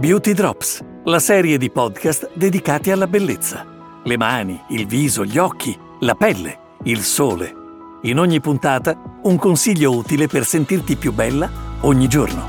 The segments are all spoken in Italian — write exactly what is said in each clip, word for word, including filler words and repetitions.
Beauty Drops, la serie di podcast dedicati alla bellezza. Le mani, il viso, gli occhi, la pelle, il sole. In ogni puntata un consiglio utile per sentirti più bella ogni giorno.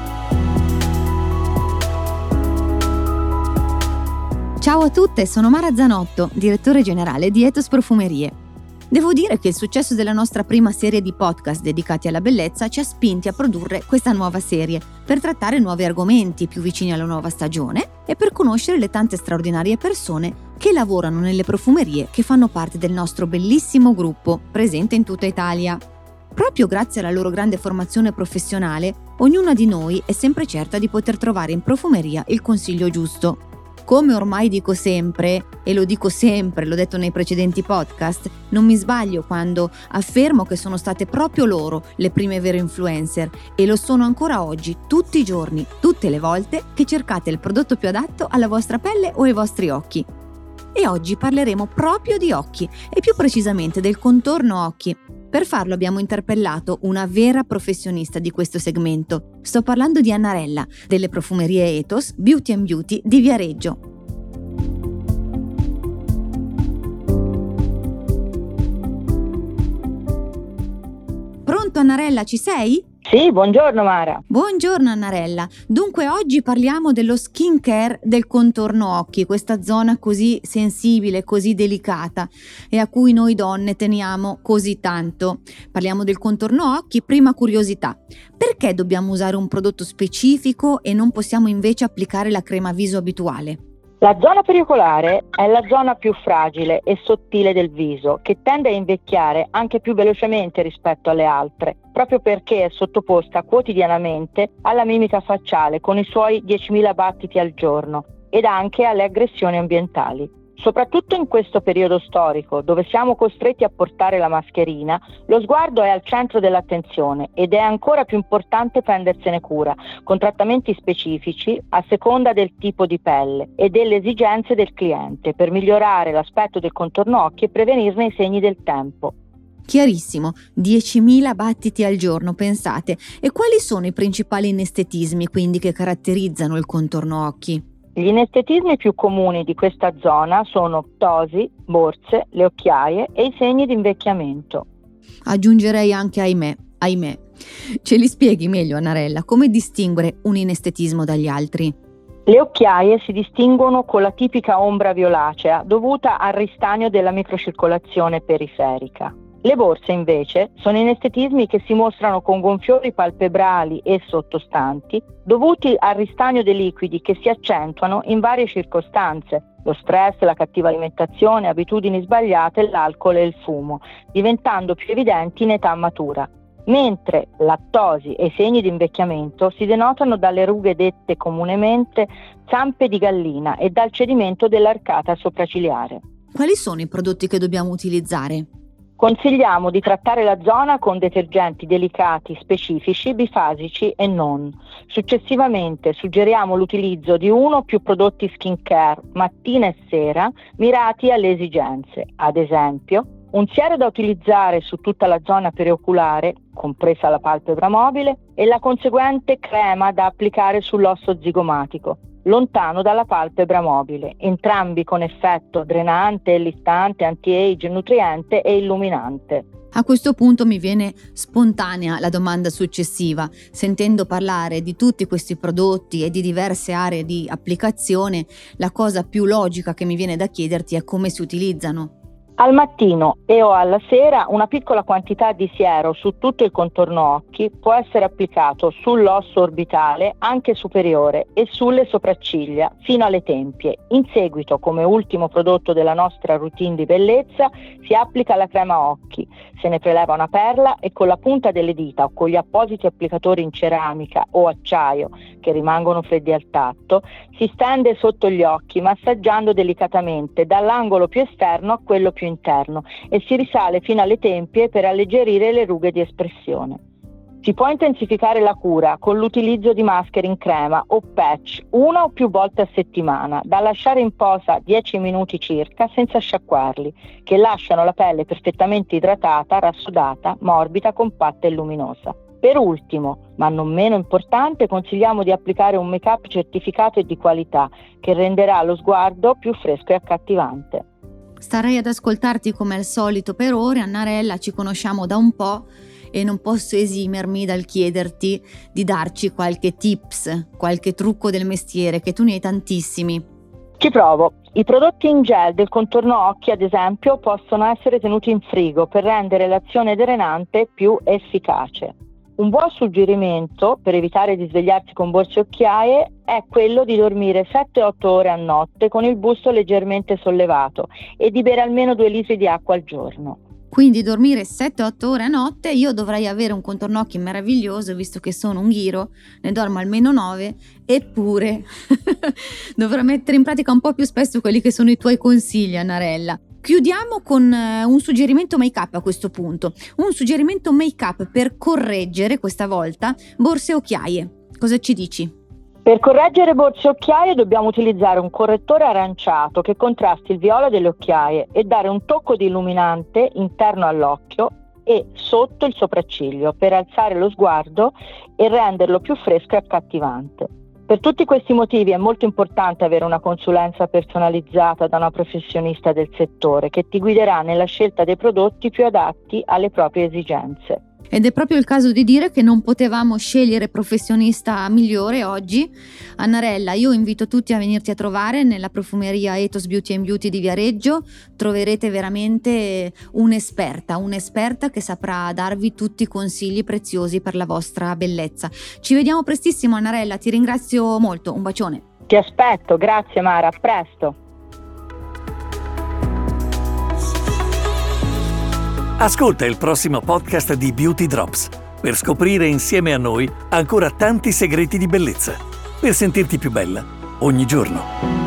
Ciao a tutte, sono Mara Zanotto, direttore generale di Ethos Profumerie. Devo dire che il successo della nostra prima serie di podcast dedicati alla bellezza ci ha spinti a produrre questa nuova serie per trattare nuovi argomenti più vicini alla nuova stagione e per conoscere le tante straordinarie persone che lavorano nelle profumerie che fanno parte del nostro bellissimo gruppo presente in tutta Italia. Proprio grazie alla loro grande formazione professionale, ognuna di noi è sempre certa di poter trovare in profumeria il consiglio giusto. Come ormai dico sempre, e lo dico sempre, l'ho detto nei precedenti podcast, non mi sbaglio quando affermo che sono state proprio loro le prime vere influencer e lo sono ancora oggi, tutti i giorni, tutte le volte che cercate il prodotto più adatto alla vostra pelle o ai vostri occhi. E oggi parleremo proprio di occhi e più precisamente del contorno occhi. Per farlo abbiamo interpellato una vera professionista di questo segmento. Sto parlando di Annarella, delle profumerie Ethos Beauty and Beauty di Viareggio. Pronto Annarella, ci sei? Sì, buongiorno Mara. Buongiorno Annarella. Dunque oggi parliamo dello skin care del contorno occhi, questa zona così sensibile, così delicata e a cui noi donne teniamo così tanto. Parliamo del contorno occhi, prima curiosità. Perché dobbiamo usare un prodotto specifico e non possiamo invece applicare la crema viso abituale? La zona pericolare è la zona più fragile e sottile del viso, che tende a invecchiare anche più velocemente rispetto alle altre, proprio perché è sottoposta quotidianamente alla mimica facciale con i suoi diecimila battiti al giorno ed anche alle aggressioni ambientali. Soprattutto in questo periodo storico, dove siamo costretti a portare la mascherina, lo sguardo è al centro dell'attenzione ed è ancora più importante prendersene cura, con trattamenti specifici a seconda del tipo di pelle e delle esigenze del cliente, per migliorare l'aspetto del contorno occhi e prevenirne i segni del tempo. Chiarissimo, diecimila battiti al giorno, pensate. E quali sono i principali inestetismi quindi che caratterizzano il contorno occhi? Gli inestetismi più comuni di questa zona sono ptosi, borse, le occhiaie e i segni di invecchiamento. Aggiungerei anche ahimè, ahimè. Ce li spieghi meglio Annarella, come distinguere un inestetismo dagli altri? Le occhiaie si distinguono con la tipica ombra violacea dovuta al ristagno della microcircolazione periferica. Le borse invece sono inestetismi che si mostrano con gonfiori palpebrali e sottostanti dovuti al ristagno dei liquidi che si accentuano in varie circostanze: lo stress, la cattiva alimentazione, abitudini sbagliate, l'alcol e il fumo, diventando più evidenti in età matura. Mentre la ptosi e i segni di invecchiamento si denotano dalle rughe dette comunemente zampe di gallina e dal cedimento dell'arcata sopraccigliare. Quali sono i prodotti che dobbiamo utilizzare? Consigliamo di trattare la zona con detergenti delicati specifici, bifasici e non. Successivamente suggeriamo l'utilizzo di uno o più prodotti skin care mattina e sera mirati alle esigenze. Ad esempio, un siero da utilizzare su tutta la zona perioculare, compresa la palpebra mobile, e la conseguente crema da applicare sull'osso zigomatico, lontano dalla palpebra mobile, entrambi con effetto drenante, liftante, anti-age, nutriente e illuminante. A questo punto mi viene spontanea la domanda successiva. Sentendo parlare di tutti questi prodotti e di diverse aree di applicazione, la cosa più logica che mi viene da chiederti è come si utilizzano. Al mattino e o alla sera una piccola quantità di siero su tutto il contorno occhi può essere applicato sull'osso orbitale anche superiore e sulle sopracciglia fino alle tempie. In seguito, come ultimo prodotto della nostra routine di bellezza, si applica la crema occhi, se ne preleva una perla e con la punta delle dita o con gli appositi applicatori in ceramica o acciaio che rimangono freddi al tatto, si stende sotto gli occhi massaggiando delicatamente dall'angolo più esterno a quello più interno e si risale fino alle tempie per alleggerire le rughe di espressione. Si può intensificare la cura con l'utilizzo di maschere in crema o patch una o più volte a settimana, da lasciare in posa dieci minuti circa senza sciacquarli, che lasciano la pelle perfettamente idratata, rassodata, morbida, compatta e luminosa. Per ultimo, ma non meno importante, consigliamo di applicare un make-up certificato e di qualità che renderà lo sguardo più fresco e accattivante. Starei ad ascoltarti come al solito per ore, Annarella, ci conosciamo da un po' e non posso esimermi dal chiederti di darci qualche tips, qualche trucco del mestiere, che tu ne hai tantissimi. Ci provo. I prodotti in gel del contorno occhi, ad esempio, possono essere tenuti in frigo per rendere l'azione drenante più efficace. Un buon suggerimento per evitare di svegliarsi con borse e occhiaie è quello di dormire sette otto ore a notte con il busto leggermente sollevato e di bere almeno due litri di acqua al giorno. Quindi dormire sette otto ore a notte, io dovrei avere un contorno occhi meraviglioso visto che sono un ghiro, ne dormo almeno nove, eppure dovrò mettere in pratica un po' più spesso quelli che sono i tuoi consigli, Annarella. Chiudiamo con un suggerimento make-up a questo punto, un suggerimento make-up per correggere questa volta borse e occhiaie. Cosa ci dici? Per correggere borse e occhiaie dobbiamo utilizzare un correttore aranciato che contrasti il viola delle occhiaie e dare un tocco di illuminante interno all'occhio e sotto il sopracciglio per alzare lo sguardo e renderlo più fresco e accattivante. Per tutti questi motivi è molto importante avere una consulenza personalizzata da una professionista del settore che ti guiderà nella scelta dei prodotti più adatti alle proprie esigenze. Ed è proprio il caso di dire che non potevamo scegliere professionista migliore oggi. Annarella, io invito tutti a venirti a trovare nella profumeria Ethos Beauty and Beauty di Viareggio. Troverete veramente un'esperta, un'esperta che saprà darvi tutti i consigli preziosi per la vostra bellezza. Ci vediamo prestissimo, Annarella, ti ringrazio molto, un bacione. Ti aspetto, grazie Mara, a presto. Ascolta il prossimo podcast di Beauty Drops per scoprire insieme a noi ancora tanti segreti di bellezza, per sentirti più bella ogni giorno.